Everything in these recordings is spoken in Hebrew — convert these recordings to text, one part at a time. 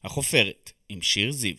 החופרת עם שיר זיו.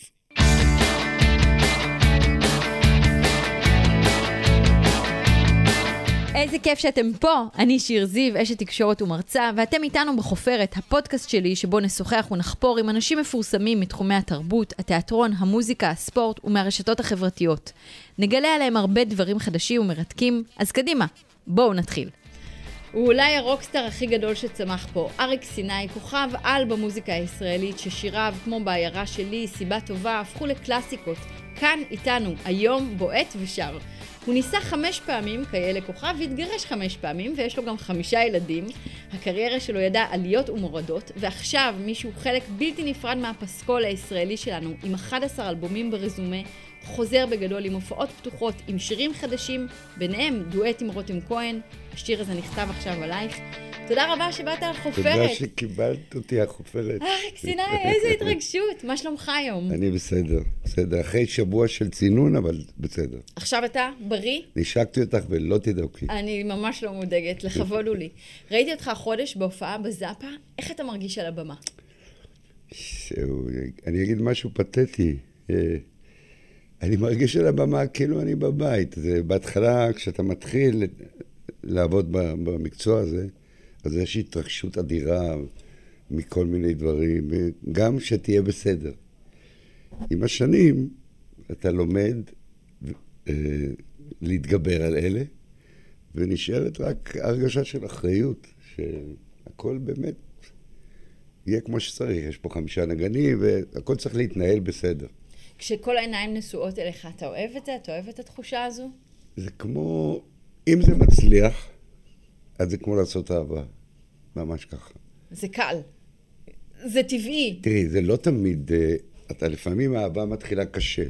איזה כיף שאתם פה, אני שיר זיו, אשת תקשורת ומרצה, ואתם איתנו בחופרת, הפודקאסט שלי שבו נשוחח ונחפור עם אנשים מפורסמים מתחומי התרבות, התיאטרון, המוזיקה, הספורט ומהרשתות החברתיות. נגלה עליהם הרבה דברים חדשים ומרתקים, אז קדימה, בואו נתחיל. הוא אולי הרוקסטר הכי גדול שצמח פה, אריק סיני, כוכב על במוזיקה הישראלית ששיריו, כמו בעיירה שלי, סיבה טובה, הפכו לקלאסיקות. כאן איתנו, היום בועט ושר. הוא ניסה 5 פעמים כאלה כוכב והתגרש 5 פעמים, ויש לו גם 5 ילדים. הקריירה שלו ידעה עליות ומורדות, ועכשיו מישהו חלק בלתי נפרד מהפסקול הישראלי שלנו, עם 11 אלבומים ברזומה, חוזר בגדול עם הופעות פתוחות, עם שירים חדשים, ביניהם דואט עם רותם כהן. השיר הזה נכתב עכשיו עלייך. תודה רבה שבאת לחופרת. תודה שקיבלת אותי החופרת. אריק סיני, איזה התרגשות. מה שלומך היום? אני בסדר, בסדר. אחרי שבוע של צינון, אבל בסדר. עכשיו אתה בריא? נשקתי אותך ולא תדאגי. אני ממש לא מודאגת, לכבוד הוא לי. ראיתי אותך חודש בהופעה בזאפה, איך אתה מרגיש על הבמה? אני אגיד משהו פתטי. אני מרגיש על הבמה כאילו אני בבית. זה בהתחלה, כשאתה מתחיל לעבוד במקצוע הזה, אז יש התרגשות אדירה מכל מיני דברים, גם שתהיה בסדר. עם השנים אתה לומד להתגבר על אלה, ונשארת רק הרגשה של אחריות, שהכל באמת יהיה כמו שצריך. יש פה 5 נגנים, והכל צריך להתנהל בסדר. כשכל העיניים נשואות אליך, אתה אוהב את זה? אתה אוהב את התחושה הזו? זה כמו, אם זה מצליח, אז זה כמו לעשות אהבה. ממש ככה. זה קל. זה טבעי. תראי, זה לא תמיד, אתה לפעמים האהבה מתחילה קשה.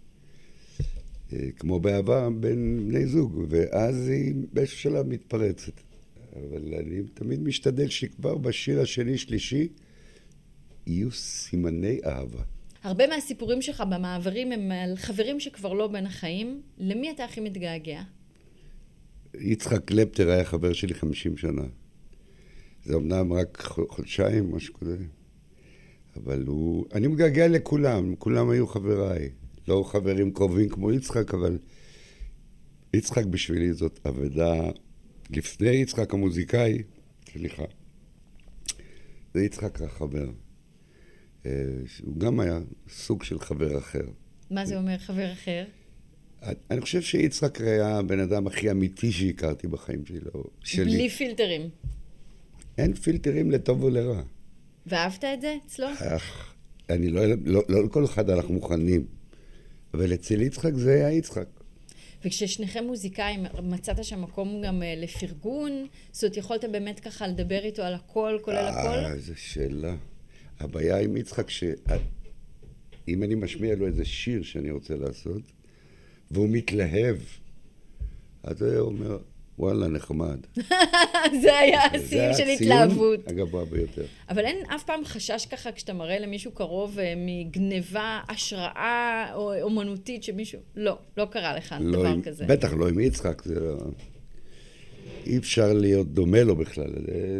כמו באהבה בין בני זוג, ואז היא באיזשהו שלב מתפרצת. אבל אני תמיד משתדל שכבר בשיר השני, שלישי, יהיו סימני אהבה. הרבה מהסיפורים שלך במעברים הם על חברים שכבר לא בין החיים. למי אתה הכי מתגעגע? יצחק קלפטר היה חבר שלי 50 שנה. זה אמנם רק חודשיים, משהו כזה. אבל אני מגעגע לכולם, כולם היו חבריי. לא חברים קרובים כמו יצחק, אבל יצחק בשבילי זאת עבודה. לפני יצחק המוזיקאי, סליחה, זה יצחק החבר. הוא גם היה סוג של חבר אחר. מה זה אומר חבר אחר? אני חושב שיצחק היה הבן אדם הכי אמיתי שהכרתי בחיים שלי. בלי פילטרים. אין פילטרים לטוב ולרע. ואהבת את זה אצלו? אני לא לכל אחד אנחנו מוכנים. אבל אצל יצחק זה היה יצחק. וכששניכם מוזיקאים, מצאת שם מקום גם לפרגון? זאת אומרת, יכולת באמת ככה לדבר איתו על הכל, כולל הכל? איזו שאלה. הבעיה עם יצחק שאם אני משמיע לו איזה שיר שאני רוצה לעשות, והוא מתלהב, אז הוא אומר, וואלה, נחמד. זה היה הציון של התלהבות. זה הציון הגבוה ביותר. אבל אין אף פעם חשש ככה, כשאתה מראה למישהו קרוב מגניבה, השראה או אומנותית שמישהו... לא קרה לך דבר כזה. בטח לא עם יצחק, זה לא... אי אפשר להיות דומה לו בכלל.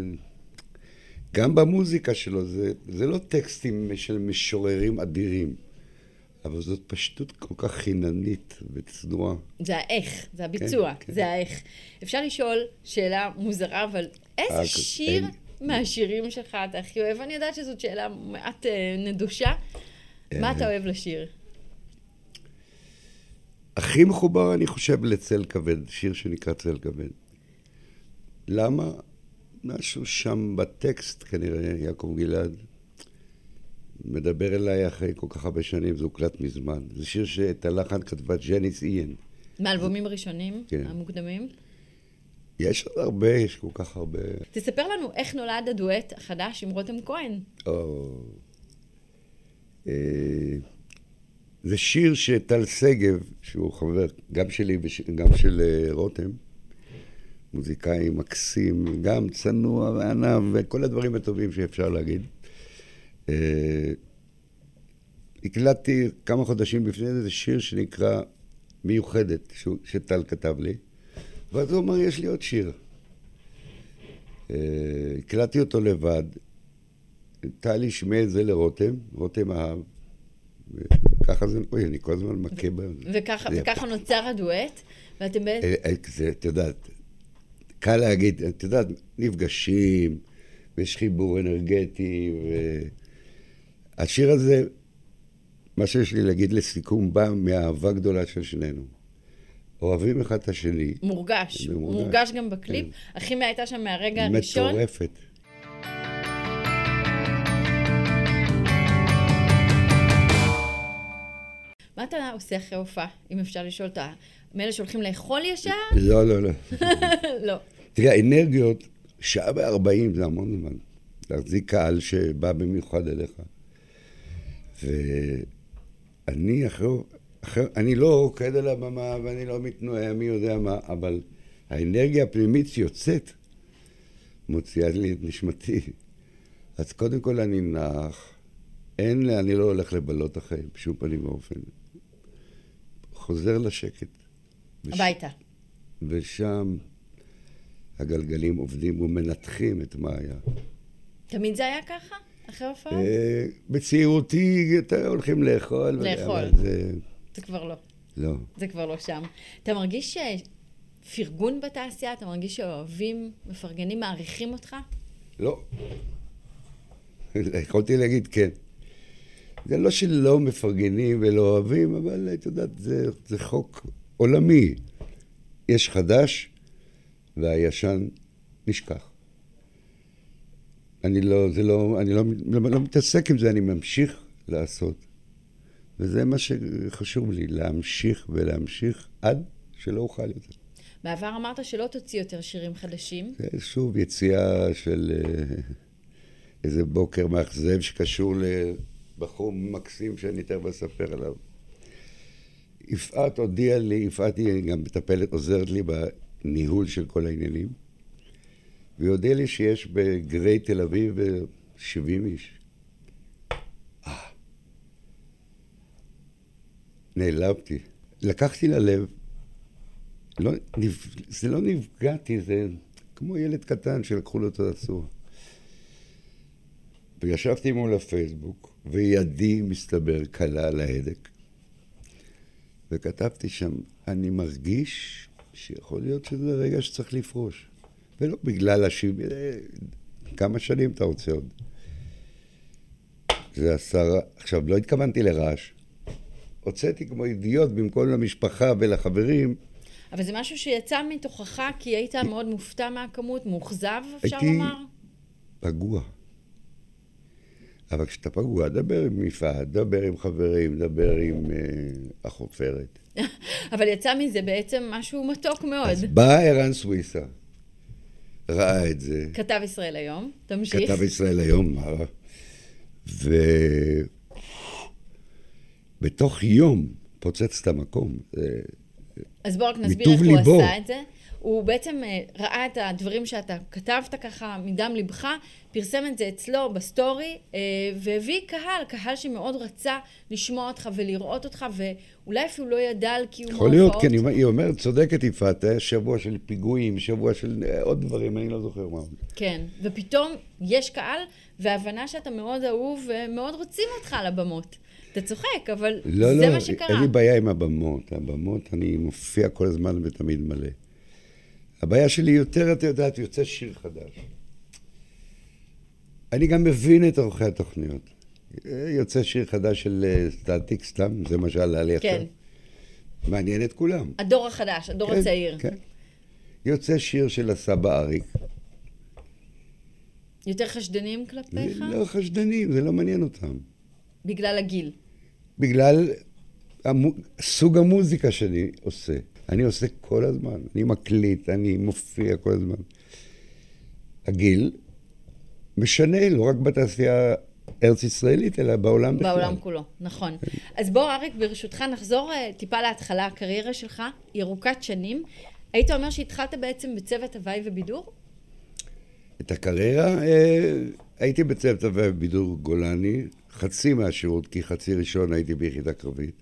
גם במוזיקה שלו, זה לא טקסטים של משוררים אדירים. אבל זאת פשטות כל כך חיננית וצנועה. זה האיך, זה הביצוע, כן, זה האיך. אפשר לשאול שאלה מוזרה, אבל איזה שיר מהשירים שלך אתה הכי אוהב? אני יודעת שזאת שאלה מעט נדושה. מה אתה אוהב לשיר? הכי מחובר, אני חושב, לצל כבד, שיר שנקרא צל כבד. למה? משהו שם בטקסט, כנראה, יעקב גלעד. מדבר אליי אחרי כל כך הרבה שנים, זה הוקלט מזמן. זה שיר שאת הלחן כתבה ג'ניס איין. מאלבומים הראשונים, כן. המוקדמים? יש עוד הרבה, יש כל כך הרבה. תספר לנו איך נולד הדואט החדש עם רותם כהן. זה שיר שטל שגב, שהוא חבר גם שלי וגם של רותם, מוזיקאי מקסים, גם צנוע וענב וכל הדברים הטובים שאפשר להגיד. הקלטתי כמה חודשים לפני זה שיר שנקרא מיוחדת, שטל כתב לי, ואז הוא אומר, יש לי עוד שיר. הקלטתי אותו לבד, טלי שמע את זה לרותם, רותם אהב. וככה זה, אוי, אני כל הזמן מכה בהם. וככה נוצר הדואט, ואתם בעצם... את יודעת, קל להגיד, את יודעת, נפגשים, ויש חיבור אנרגטי, השיר הזה, מה שיש לי להגיד לסיכום, בא מהאהבה גדולה של שנינו. אוהבים אחד את השני. מורגש גם בקליפ. הכימיה הייתה שם מהרגע הראשון. מטורפת. מה אתה עושה אחרי הופעה, אם אפשר לשאול אותה? מאלה שהולכים לאכול ישר? לא. לא. תראה, האנרגיות, שעה ו40 זה המון זמן. להחזיק קהל שבא במיוחד אליך. ואני אני לא רוקד על הבמה ואני לא מתנועה, מי יודע מה, אבל האנרגיה הפנימית שיוצאת מוציאה לי את נשמתי. אז קודם כל אני נח, אני לא הולך לבלות החיים, בשום פנים ואופן. חוזר לשקט. הביתה. ושם הגלגלים עובדים ומנתחים את מה היה. תמיד זה היה ככה? אחרי הופעה? בצעירותי הולכים לאכול. לאכול. זה כבר לא. לא. זה כבר לא שם. אתה מרגיש פרגון בתעשייה? אתה מרגיש שאוהבים, מפרגנים, מעריכים אותך? לא. יכולתי להגיד כן. זה לא שלא מפרגנים ולא אוהבים, אבל את יודעת, זה חוק עולמי. יש חדש והישן נשכח. אני לא מתעסק עם זה, אני ממשיך לעשות. וזה מה שחשוב לי, להמשיך ולהמשיך עד שלא אוכל יותר. בעבר אמרת שלא תוציא יותר שירים חדשים. זה שוב יציאה של איזה בוקר מאכזב שקשור לבחור מקסים שאני תכף אספר עליו. יפעת הודיעה לי, יפעת היא גם מטפלת, עוזרת לי בניהול של כל העניינים. והיא הודיעה לי שיש בגרי תל אביב 70 איש. נעלבתי. לקחתי ללב. זה לא נפגעתי, זה כמו ילד קטן שלקחו לו את הצורה. וישבתי מול הפייסבוק, וידי מסתבר קלה על ההדק. וכתבתי שם, אני מרגיש שיכול להיות שזה רגע שצריך לפרוש. ולא בגלל כמה שנים אתה רוצה עוד. זה עכשיו, לא התכוונתי לרעש. הוצאתי כמו אידיוט במקום למשפחה ולחברים. אבל זה משהו שיצא מתוכך, כי היית מאוד מופתע מהכמות, מאוכזב, אפשר לומר? הייתי פגוע. אבל כשאתה פגוע, דבר עם מפעד, דבר עם חברים, דבר עם החופרת. אבל יצא מזה בעצם משהו מתוק מאוד. אז בא ערן סוויסה, ראה את זה. כתב ישראל היום, תמשיך. כתב ישראל היום, ובתוך יום פוצץ את המקום. אז בוא רק נסביר איך הוא עשה את זה. הוא בעצם ראה את הדברים שאתה כתבת ככה מדם לבך, פרסם את זה אצלו בסטורי, והביא קהל שמאוד רצה לשמוע אותך ולראות אותך, ואולי אפילו לא ידע על קיום ההופעות. יכול להיות, כן, היא אומרת, צודקת יפעת, שבוע של פיגועים, שבוע של עוד דברים, אני לא זוכר מה. כן, ופתאום יש קהל, והבנה שאתה מאוד אהוב, ומאוד רוצים אותך על הבמות. אתה צוחק, אבל זה מה שקרה. אין לי בעיה עם הבמות. הבמות, אני מופיע כל הזמן ותמיד מלא. הבעיה שלי יותר, אתה יודעת, יוצא שיר חדש. אני גם מבין את עורכי התוכניות. יוצא שיר חדש של סטטיק סתם, זה מה שעלה לי עכשיו. מעניין את כולם. הדור החדש, הדור הצעיר. כן. יוצא שיר של הסבא אריק. יותר חשדנים כלפיך? לא חשדנים, זה לא מעניין אותם. בגלל הגיל? בגלל סוג המוזיקה שאני עושה. אני עושה כל הזמן, אני מקליט, אני מופיע כל הזמן. הגיל משנה, לא רק בתעשייה ארץ ישראלית, אלא בעולם בכלל. בעולם כולו, נכון. אז בוא אריק, ברשותך נחזור טיפה להתחלה. הקריירה שלך היא ארוכת שנים. היית אומר שהתחלת בעצם בצוות הוואי ובידור? את הקריירה הייתי בצוות הוואי ובידור גולני, חצי מהשירות, כי חצי ראשון הייתי ביחידה קרבית.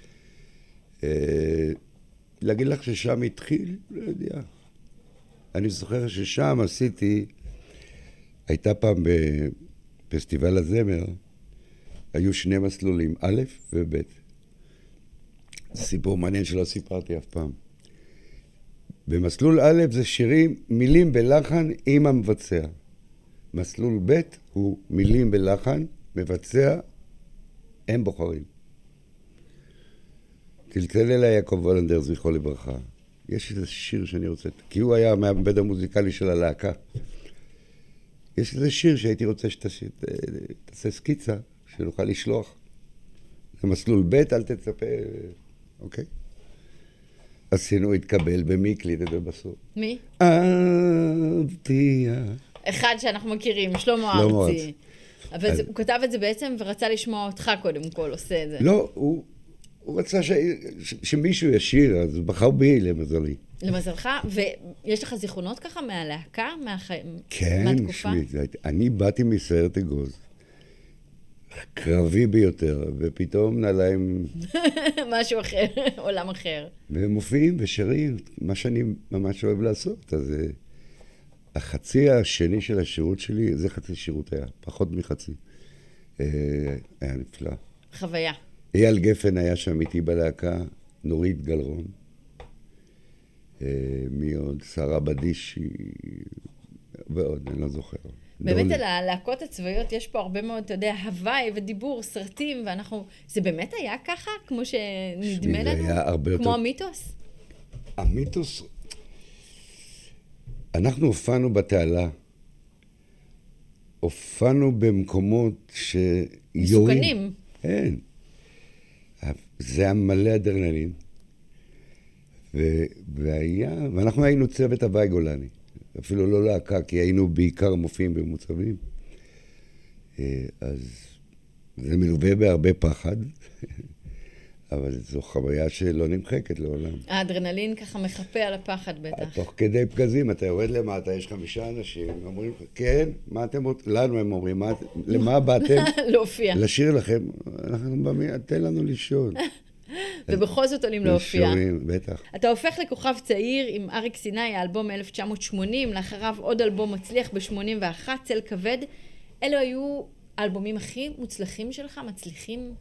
להגיד לך ששם התחיל? לא יודע. אני זוכר ששם הייתה פעם פסטיבל הזמר, היו 2 מסלולים, א' וב'. סיפור מעניין שלא סיפרתי אף פעם. במסלול א' זה שירים, מילים בלחן עם המבצע. מסלול ב' הוא מילים בלחן, מבצע, הם בוחרים. צלצל אליי יעקב וולנדר, זכרו לברכה. יש איזה שיר שאני רוצה, כי הוא היה המעבד המוזיקלי של הלהקה. יש איזה שיר שהייתי רוצה שתעשה סקיצה, שנוכל לשלוח. למסלול ב', אל תצפה, אוקיי? עשינו, התקבל במי הקליט את זה בסוף. מי? אהבתי. אחד שאנחנו מכירים, שלמה ארצי. אבל הוא כתב את זה בעצם ורצה לשמוע אותך קודם כל עושה את זה. לא, הוא רצה שמישהו ישיר, אז הוא בחר בי למזלי. למזלך, ויש לך זיכרונות ככה מהלהקה, כן, מהתקופה? אני באתי מסיירת אגוז, קרבי ביותר, ופתאום נעליים... משהו אחר, עולם אחר. והם מופיעים ושרים, מה שאני ממש אוהב לעשות. אז החצי השני של השירות שלי, זה חצי שירות היה, פחות מחצי. היה נפלא. חוויה. אייל גפן היה שם איתי בלהקה, נורית גלרון, מי עוד? שרה בדישי, ועוד, אני לא זוכר. באמת על הלהקות הצבאיות יש פה הרבה מאוד, אתה יודע, הוואי ודיבור, סרטים, ואנחנו... זה באמת היה ככה? כמו שנדמה לנו? היה הרבה יותר... כמו המיתוס? המיתוס... אנחנו הופענו בתעלה. הופענו במקומות שיורים. מסוכנים. כן. זה היה מלא אדרנלין. ואנחנו היינו צוות הוואי גולני. אפילו לא להקה, כי היינו בעיקר מופיעים במוצבים. אז זה מלווה בהרבה פחד, אבל זו חוויה שלא נמחקת לעולם. האדרנלין ככה מחפה על הפחד בטח. תוך כדי פגזים, אתה יורד למטה, יש 5 אנשים, אומרים, כן, מה אתם רוצים? לנו הם אומרים, למה באתם? להופיע. לשיר לכם, אנחנו באים, תן לנו לישון. ובכל זאת עולים להופיע. לשורים, בטח. אתה הופך לכוכב צעיר עם אריק סיני, האלבום מ-1980, לאחריו עוד אלבום מצליח ב-81, צל כבד. אלו היו האלבומים הכי מוצלחים שלך, מצליחים?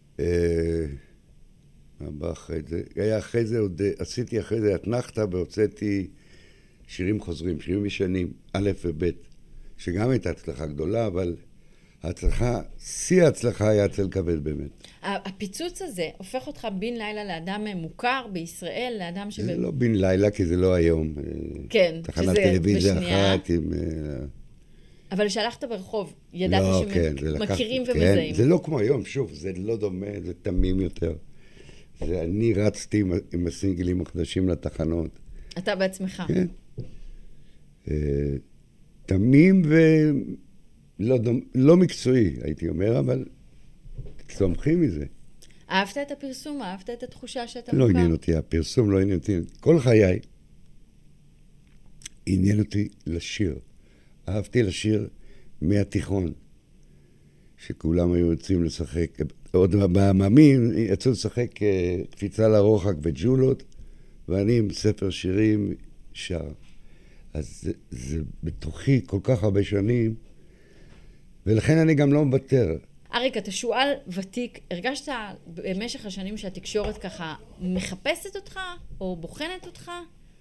מה בא אחרי זה? היה אחרי זה עוד, עשיתי אחרי זה אתנחתא והוצאתי שירים חוזרים, שירים ישנים, א' וב', שגם הייתה הצלחה גדולה, אבל ההצלחה, שיא ההצלחה היה צל כבד באמת. הפיצוץ הזה הופך אותך בין לילה לאדם מוכר בישראל, לאדם זה לא בין לילה, כי זה לא היום. כן, תחנת טלוויזיה אחת עם... אבל שהלכת ברחוב, ידעת שמכירים ומזהים. זה לא כמו היום, שוב, זה לא דומה, זה תמים יותר. אני רצתי עם הסינגלים החדשים לתחנות. אתה בעצמך. כן. תמים ולא מקצועי, הייתי אומר, אבל צומחים מזה. אהבת את הפרסום? אהבת את התחושה שאתה לא עניין אותי, הפרסום לא עניין אותי. כל חיי עניין אותי לשיר. אהבתי לשיר מהתיכון, שכולם היו יוצאים לשחק, עוד במאמין יצאו לשחק קפיצה לרוחק וג'ולות, ואני עם ספר שירים שר. אז זה בתוכי כל כך הרבה שנים, ולכן אני גם לא מוותר. אריק, אתה שואל ותיק, הרגשת במשך השנים שהתקשורת ככה מחפשת אותך, או בוחנת אותך?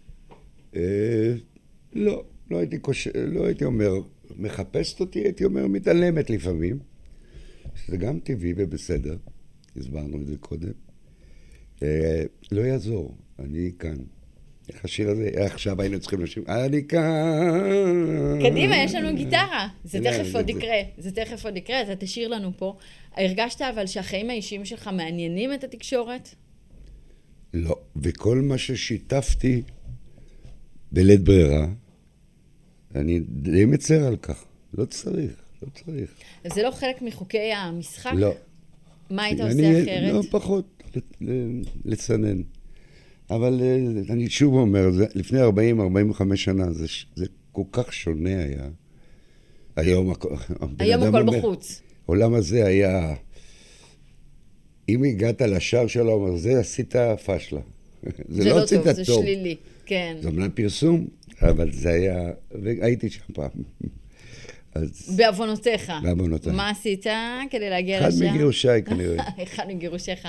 לא, לא הייתי אומר, מחפשת אותי, הייתי אומר, מתעלמת לפעמים. שזה גם טבעי ובסדר, הסברנו את זה קודם. לא יעזור, אני כאן. איך השיר הזה? עכשיו היינו צריכים לשיר, אני כאן. קדימה, יש לנו גיטרה. זה תכף עוד יקרה. זה תכף עוד יקרה, אתה תשאיר לנו פה. הרגשת אבל שהחיים האישיים שלך מעניינים את התקשורת? לא, וכל מה ששיתפתי בלית ברירה, אני די מצר על כך. לא צריך. זה לא חלק מחוקי המשחק? לא. מה היית עושה אחרת? לא, פחות לצנן. אבל אני שוב אומר, לפני 40-45 שנה, זה כל כך שונה היה. היום הכל בחוץ. העולם הזה היה, אם הגעת לשער של העולם הזה, עשית פשלה. זה לא טוב, זה שלילי, כן. זה אומנם פרסום, אבל זה היה, והייתי שם פעם. אז... בעוונותיך. בעוונותיי. מה עשית כדי להגיע אחד לשם? מגירושיי כנראה. אחד מגירושיך.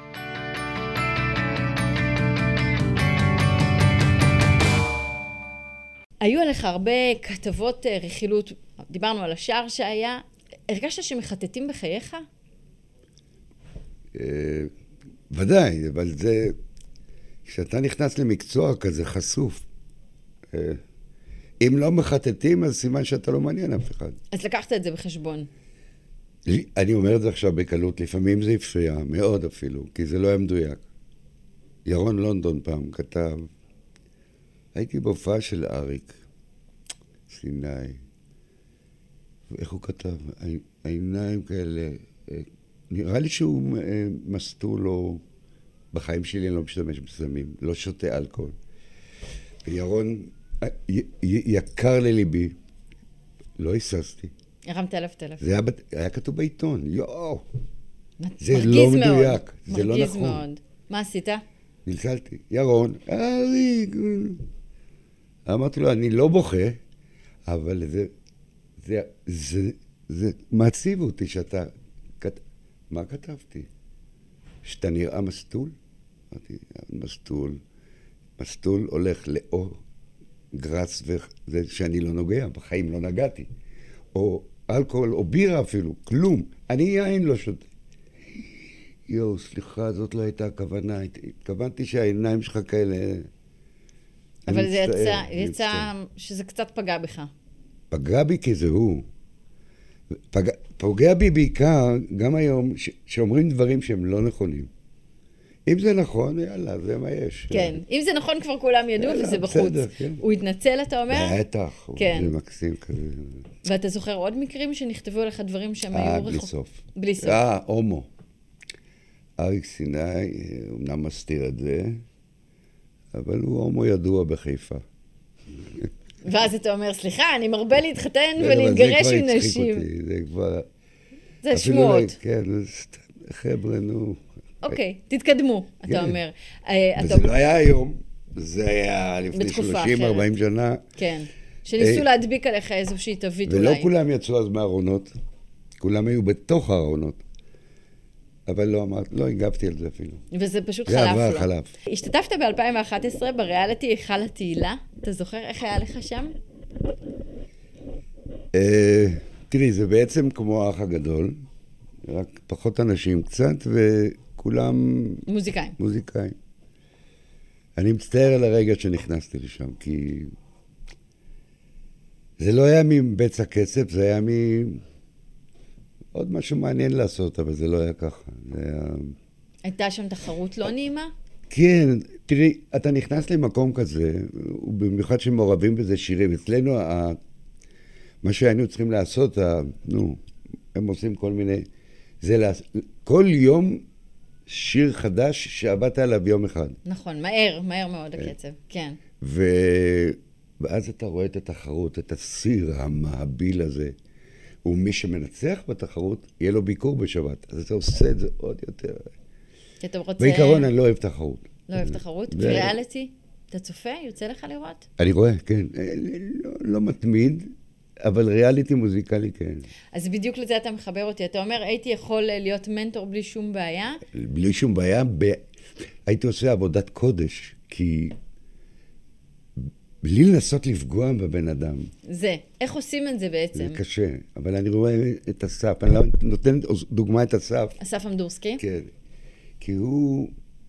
היו עליך הרבה כתבות רכילות, דיברנו על השער שהיה, הרגשת שמחטטים בחייך? ודאי, אבל זה... כשאתה נכנס למקצוע כזה חשוף, אם לא מחטטים, אז סימן שאתה לא מעניין אף אחד. אז לקחת את זה בחשבון. אני אומר את זה עכשיו בקלות, לפעמים זה הפריע, מאוד אפילו, כי זה לא היה מדויק. ירון לונדון פעם כתב, הייתי בהופעה של אריק, סיני, ואיך הוא כתב? העיניים כאלה, נראה לי שהוא מסטול או... בחיים שלי אני לא משתמש בסמים, לא שותה אלכוהול. וירון יקר לליבי, לא היססתי. הרמת אלף טלפון. זה היה כתוב בעיתון, יואו. זה מרגיז לא מאוד. מדויק, זה לא מרגיז נכון. מאוד. מה עשית? נלצלתי, ירון, אריק. אמרתי לו, אני לא בוכה, אבל זה מעציב אותי שאתה... מה כתבתי? שאתה נראה מסטול? אמרתי, מסטול הולך לאו גרס, וזה שאני לא נוגע, בחיים לא נגעתי. או אלכוהול, או בירה אפילו, כלום. אני יין לא שותה. יואו, סליחה, זאת לא הייתה הכוונה. התכוונתי שהעיניים שלך כאלה... אבל זה יצא שזה קצת פגע בך. פגע בי כי זה הוא. פוגע בי בעיקר, גם היום, שאומרים דברים שהם לא נכונים. אם זה נכון, יאללה, זה מה יש. כן, אם זה נכון כבר כולם ידעו וזה בחוץ. בסדר, כן. הוא התנצל, אתה אומר? בטח, כן. זה מקסים כזה. ואתה זוכר עוד מקרים שנכתבו עליך דברים שהם היו בלי סוף. בלי סוף. הומו. אריק סיני, אמנם מסתיר את זה, אבל הוא הומו ידוע בחיפה. ואז אתה אומר, סליחה, אני מרבה להתחתן ולהתגרש עם נשים. זה כבר... זה שמועות. כן, חבר'ה, נו. אוקיי, תתקדמו, אתה אומר. וזה לא היה היום, זה היה לפני 30-40 שנה. כן, שניסו להדביק עליך איזושהי תווית אולי. ולא כולם יצאו אז מהארונות, כולם היו בתוך הארונות. אבל לא הגבתי על זה אפילו. וזה פשוט זה חלף עבר, לו. חלף. השתתפת ב-2011 בריאליטי היכל התהילה. אתה זוכר איך היה לך שם? תראי, זה בעצם כמו האח הגדול, רק פחות אנשים קצת, וכולם... מוזיקאים. אני מצטער על הרגע שנכנסתי לשם, כי... זה לא היה מבצע כסף, זה היה עוד משהו מעניין לעשות, אבל זה לא היה ככה. הייתה שם תחרות לא נעימה? כן, תראי, אתה נכנס למקום כזה, ובמיוחד שמעורבים בזה שירים. אצלנו, מה שהיינו צריכים לעשות, הם עושים כל מיני... כל יום שיר חדש שעבדת עליו יום אחד. נכון, מהר מאוד הקצב, כן. ואז אתה רואה את התחרות, את הסיר המעביל הזה. ומי שמנצח בתחרות, יהיה לו ביקור בשבת. אז אתה עושה את זה עוד יותר. בעיקרון אני לא אוהב תחרות. לא אוהב תחרות? וריאליטי? אתה צופה? יוצא לך לראות? אני רואה, כן. לא מתמיד, אבל ריאליטי מוזיקלי, כן. אז בדיוק לזה אתה מחבר אותי. אתה אומר, הייתי יכול להיות מנטור בלי שום בעיה? בלי שום בעיה. הייתי עושה עבודת קודש, כי... בלי לנסות לפגוע בבן אדם. זה. איך עושים את זה בעצם? זה קשה, אבל אני רואה את אסף. אני נותן דוגמה את אסף. אסף אמדורסקי? כן. כי הוא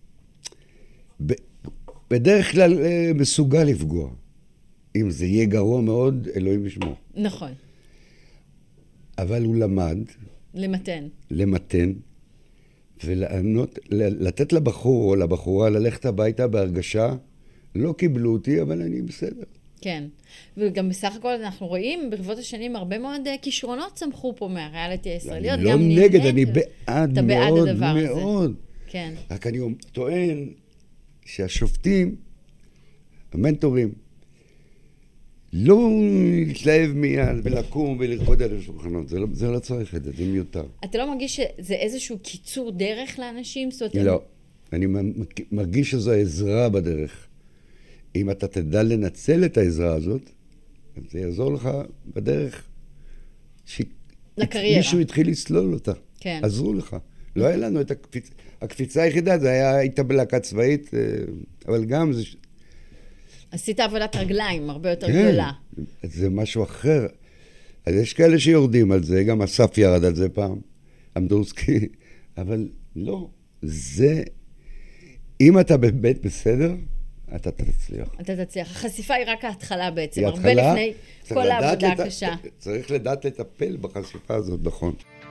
בדרך כלל מסוגל לפגוע. אם זה יהיה גרוע מאוד, אלוהים ישמור. נכון. אבל הוא למד. למתן. ולתת לבחור או לבחורה ללכת הביתה בהרגשה, לא קיבלו אותי, אבל אני בסדר. כן. וגם בסך הכל אנחנו רואים ברבות השנים הרבה מאוד כישרונות צמחו פה מהריאליטי הישראליות. אני לא נגד, אני בעד מאוד מאוד. כן. רק אני טוען שהשופטים, המנטורים, לא להתלהב מיד ולקום ולרקוד על השולחנות. זה לא צריך את זה, זה מיותר. אתה לא מרגיש שזה איזשהו קיצור דרך לאנשים? לא. אני מרגיש שזו עזרה בדרך. אם אתה תדע לנצל את העזרה הזאת, זה יעזור לך בדרך לקריירה. מישהו התחיל לסלול אותה. כן. עזרו לך. לא היה לנו את הקפיצה היחידה, זה היה, היית בלהקה צבאית, אבל גם זה... עשית עבודת רגליים הרבה יותר גדולה. כן, זה משהו אחר. אז יש כאלה שיורדים על זה, גם אסף ירד על זה פעם, אמדורסקי, אבל לא, זה... אם אתה באמת בסדר, אתה תצליח. אתה תצליח. החשיפה היא רק ההתחלה בעצם, היא הרבה התחלה, לפני כל העבודה הקשה. צריך לדעת לטפל בחשיפה הזאת, נכון.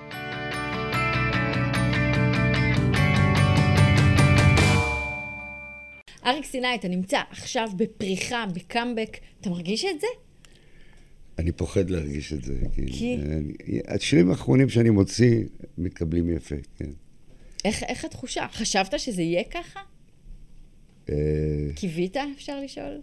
אריק סיני, אתה נמצא עכשיו בפריחה, בקאמבק, אתה מרגיש את זה? אני פוחד להרגיש את זה. כי? השירים האחרונים שאני מוציא מתקבלים יפה, כן. איך התחושה? חשבת שזה יהיה ככה? קיווית, אפשר לשאול?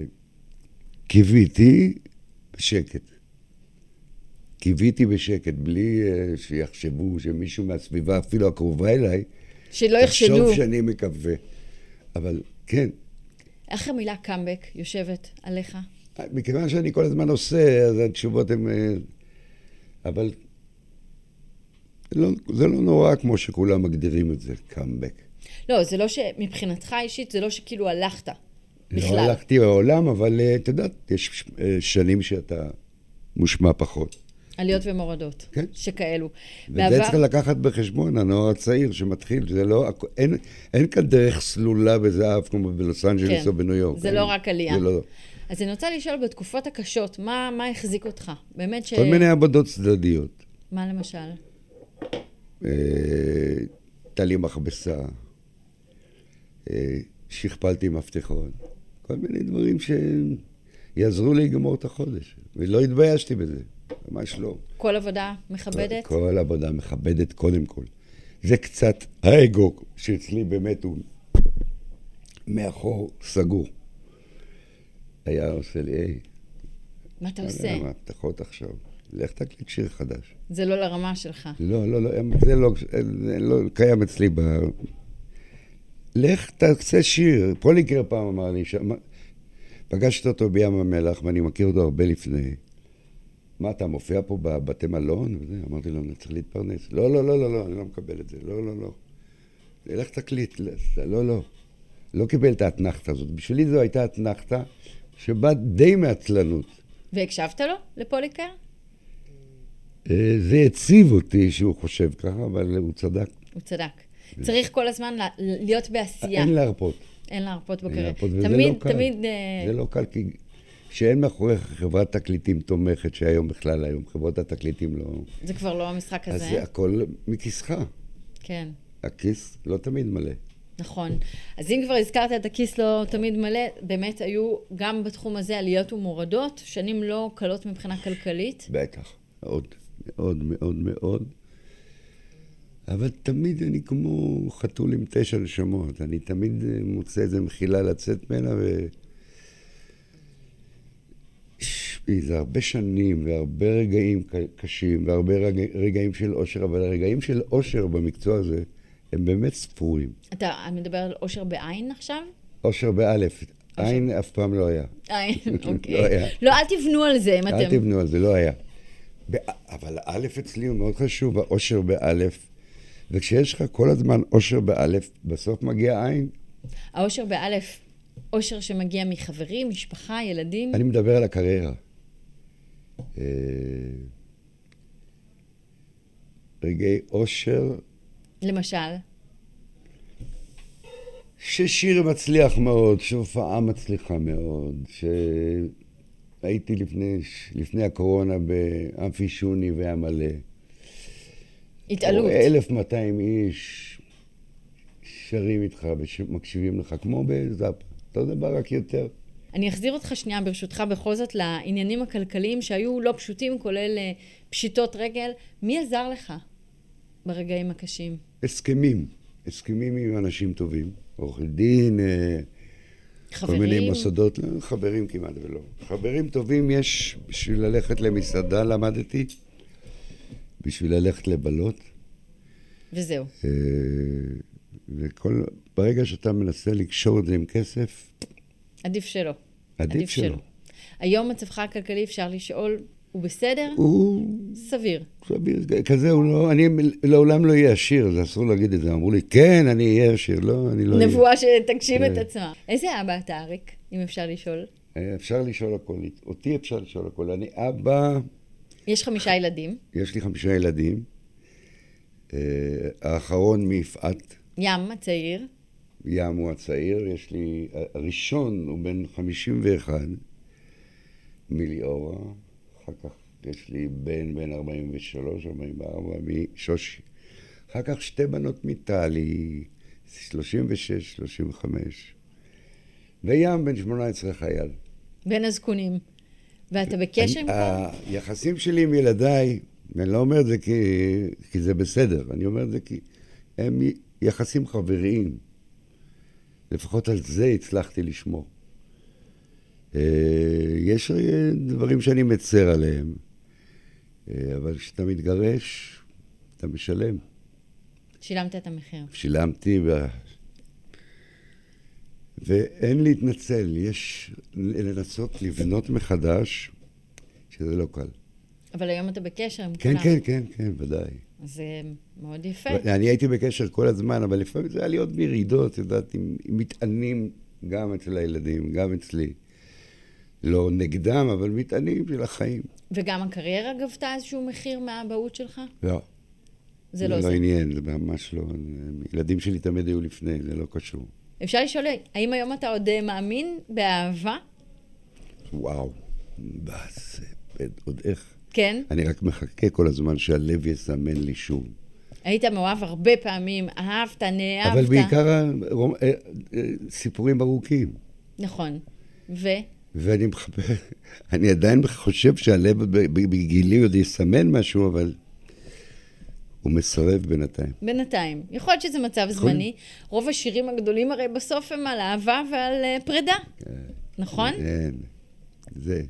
קיוויתי בשקט. קיוויתי בשקט, בלי שיחשבו שמישהו מהסביבה, אפילו הקרובה אליי, שלא יחשדו. תחשוב שאני מקווה. אבל כן. איך המילה קאמבק יושבת עליך? מכיוון שאני כל הזמן עושה, אז התשובות הן... אבל זה לא נורא כמו שכולם מגדירים את זה, קאמבק. לא, זה לא שמבחינתך אישית, זה לא שכאילו הלכת בכלל. לא הלכתי בעולם, אבל אתה יודע, יש שנים שאתה מושמע פחות. עליות ומורדות, כן. שכאלו. וזה צריך לקחת בחשבון, הנוער הצעיר שמתחיל, זה לא, אין כאן דרך סלולה בזהב כמו בלוס אנג'לס או בניו יורק. זה לא רק עלייה. זה לא. אז אני רוצה לשאול בתקופות הקשות, מה החזיק אותך? באמת כל מיני עבודות צדדיות. מה למשל? הייתה לי מכבסה, שכפלתי מפתחות, כל מיני דברים שיעזרו לי לגמור את החודש, ולא התביישתי בזה, ממש לא. כל עבודה מכבדת? כל עבודה מכבדת קודם כל. זה קצת האגו שאצלי באמת הוא מאחור סגור. היה עושה לי, היי. מה אתה עושה? מפתחות עכשיו. לך תקליט שיר חדש. זה לא לרמה שלך. לא, זה לא קיים אצלי לך תעשה שיר. פוליקר פעם אמר לי, פגשת אותו בים המלח, ואני מכיר אותו הרבה לפני. מה, אתה מופיע פה בבתי מלון? אמרתי לו, אני צריך להתפרנס. לא, אני לא מקבל את זה. לא. לך תקליט. לא. לא קיבל את האתנחתה הזאת. בשבילי זו הייתה אתנחתה שבאה די מעצלנות. והקשבת לו, לפוליקר? זה הציב אותי שהוא חושב ככה, אבל הוא צדק. הוא צדק. צריך כל הזמן להיות בעשייה. אין להרפות. אין להרפות בקריירה. תמיד... זה לא קל, כי שאין מאחורי חברת תקליטים תומכת, שהיום חברות התקליטים לא... זה כבר לא המשחק הזה. אז זה הכל מכיסך. כן. הכיס לא תמיד מלא. נכון. אז אם כבר הזכרת את הכיס לא תמיד מלא, באמת היו גם בתחום הזה עליות ומורדות, שנים לא קלות מבחינה כלכלית. בטח, מאוד. אבל תמיד אני כמו חתול עם 9 נשמות. אני תמיד מוצא איזה מחילה לצאת ממנה זה הרבה שנים והרבה רגעים קשים והרבה רגעים של אושר, אבל הרגעים של אושר במקצוע הזה הם באמת ספורים. אתה מדבר על אושר בעין עכשיו? אושר באלף. עין אף פעם לא היה. עין, אוקיי. לא היה. לא, אל תבנו על זה אם אתם... אל תבנו על זה, לא היה. אבל א' אצלי הוא מאוד חשוב, האושר באלף. וכשיש לך כל הזמן אושר באלף, בסוף מגיע עין. האושר באלף, אושר שמגיע מחברים, משפחה, ילדים? אני מדבר על הקריירה. רגעי אושר... למשל? ששיר מצליח מאוד, שהופעה מצליחה מאוד, שהייתי לפני הקורונה באמפי שוני והיה מלא. התעלות. 1,200 איש שרים איתך ומקשיבים לך, כמו בזאפ. אותו דבר, רק יותר. אני אחזיר אותך שנייה ברשותך בכל זאת לעניינים הכלכליים שהיו לא פשוטים, כולל פשיטות רגל. מי עזר לך ברגעים הקשים? הסכמים עם אנשים טובים. עורכי דין, חברים? כל מיני מוסדות, לא, חברים כמעט ולא. חברים טובים יש בשביל ללכת למסעדה, למדתי, בשביל ללכת לבלות. וזהו. ברגע שאתה מנסה לקשור את זה עם כסף... עדיף שלא. עדיף שלא. היום מצבך הכלכלי אפשר לשאול הוא בסדר? הוא סביר. סביר, כזה הוא לא, אני לעולם לא אהיה עשיר, זה אסור להגיד את זה. אמרו לי, כן, אני אהיה עשיר, לא, אני לא אהיה. נבואה שתגשים את עצמה. איזה אבא אתה, אריק, אם אפשר לשאול? אפשר לשאול הכל, אותי אפשר לשאול הכל. אני אבא... יש 5 ילדים. יש לי 5 ילדים. האחרון מיפעת. ים הצעיר. ים הוא הצעיר. יש לי, הראשון הוא בן 51, מליאורה. אחר כך יש לי בן 43, 44, משושי. אחר כך 2 בנות מטלי, 36, 35. וים בן 18 חייל. בין הזקונים. ואתה בקשר עם כל? היחסים שלי עם ילדיי, אני לא אומר את זה כי זה בסדר, אני אומר את זה כי הם יחסים חבריים. לפחות על זה הצלחתי לשמור. יש דברים שאני מצר עליהם, אבל כשאתה מתגרש, אתה משלם. שילמת את המחיר. שילמתי, ואין להתנצל. יש לנסות לבנות מחדש, שזה לא קל. אבל היום אתה בקשר עם כן, כולם. כן, ודאי. אז זה מאוד יפה. אני הייתי בקשר כל הזמן, אבל לפעמים זה היה לי עוד מרידות, יודעת, עם מטענים גם אצל הילדים, גם אצלי. לא נגדם, אבל מטענים של החיים. וגם הקריירה גבתה איזשהו מחיר מהאבהות שלך? לא. זה לא זה. לא עניין, זה ממש לא. ילדים שלי תמיד היו לפני, זה לא קשור. אפשר לשאול, האם היום אתה עוד מאמין באהבה? וואו, עוד איך. כן? אני רק מחכה כל הזמן שהלב יסמן לי שוב. היית מאוהב הרבה פעמים, אהבת, נאהבת. אבל בעיקר סיפורים ארוכים. נכון. ואני מחפש, אני עדיין חושב שהלב בגילי עוד יסמן משהו, אבל הוא מסרב בינתיים. בינתיים. יכול להיות שזה מצב זמני. רוב השירים הגדולים הרי בסוף הם על אהבה ועל פרידה. נכון? כן. זה...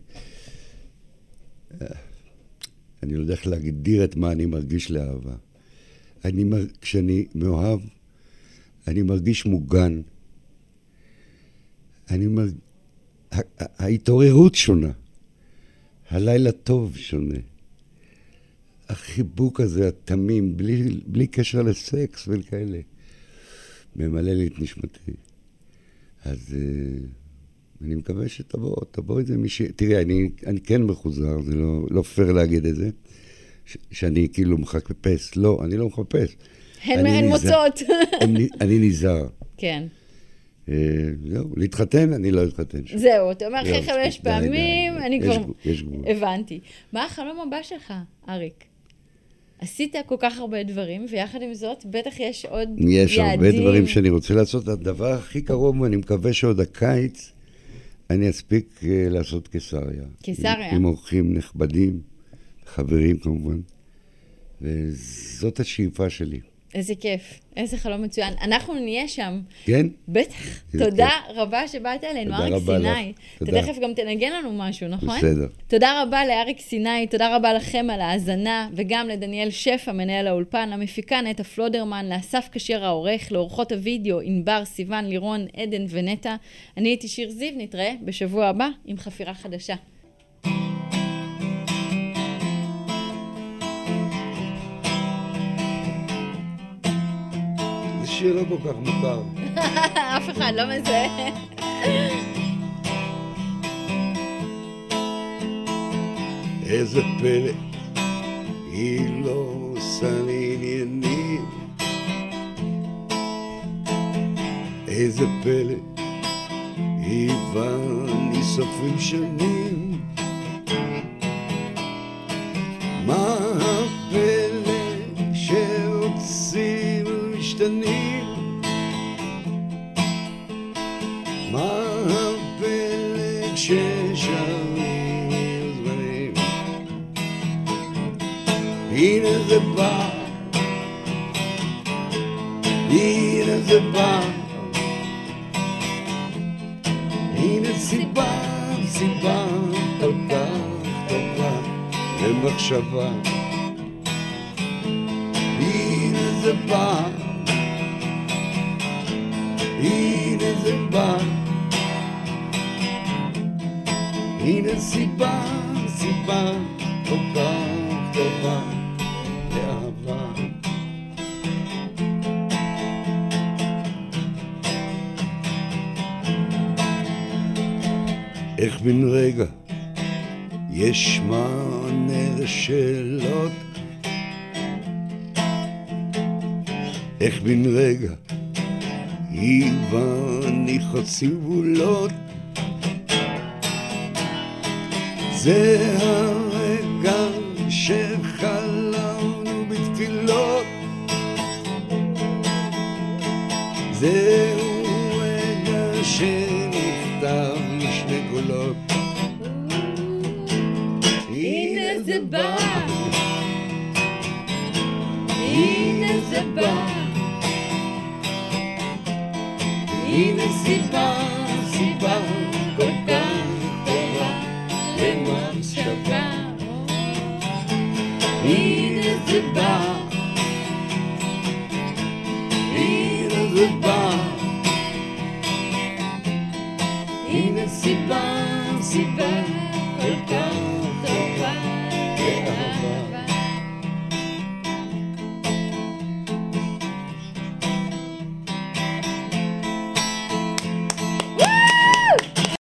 אני לא יודע איך להגדיר את מה אני מרגיש לאהבה. כשאני מאוהב, אני מרגיש מוגן. ההתעוררות שונה. הלילה טוב שונה. החיבוק הזה, התמים, בלי קשר לסקס וכאלה, ממלא לי את נשמתי. אז אני מקווה שתבוא איזה מישהי. תראה, אני כן מחוזר, זה לא פייר להגיד את זה, שאני כאילו מחפש. לא, אני לא מחפש. הן מוצאות. אני נזהר. כן. זהו, להתחתן, אני לא אתחתן. זהו, אתה אומר אחרי 5 פעמים, אני כבר... יש גבול. הבנתי. מה החלום הבא שלך, אריק? עשית כל כך הרבה דברים, ויחד עם זאת, בטח יש עוד יעדים. יש הרבה דברים שאני רוצה לעשות. הדבר הכי קרוב, ואני מקווה שעוד הקיץ, אני אספיק לעשות קיסריה. קיסריה. עם אורחים נכבדים, חברים כמובן. וזאת השאיפה שלי. איזה כיף, איזה חלום מצוין. אנחנו נהיה שם. כן? בטח. איזה תודה כיף. רבה שבאת אלינו, תודה אריק רבה סיני. לך. אתה תודה. תכף גם תנגן לנו משהו, נכון? בסדר. תודה רבה לאריק סיני, תודה רבה לכם על ההאזנה, וגם לדניאל שפע, מנהל האולפן, למפיקה נטע פלודרמן, לאסף קשר העורך, לאורחות הוידאו, ענבר, סיוון, לירון, עדן ונטע. אני הייתי שיר זיו, נתראה בשבוע הבא עם חפירה חדשה. שיר לא כל כך מוכר. אף אחד לא מזה. איזה פלא, היא לא עושה לי עניינים. איזה פלא, היא ואני סופרים שנים. מה הפלא שרוצים משתנים? מה הפלא כששרים זמנים? הנה זה בא, הנה זה בא, הנה סיבה, סיבה כל כך טובה למחשבה. הנה זה בא, הנה זה בא, הנה סיבה, סיבה כל כך טובה לאהבה. איך בן רגע יש מענה לשאלות, איך בן רגע היא ואני חצי גבולות. זה הרגע שחלמנו בתפילות, זהו רגע שנכתב לשני קולות. הנה זה בא, הנה זה בא, הנה סיבה, סיבה כל כך טובה למחשבה. הנה זה בא, הנה זה בא, הנה סיבה, סיבה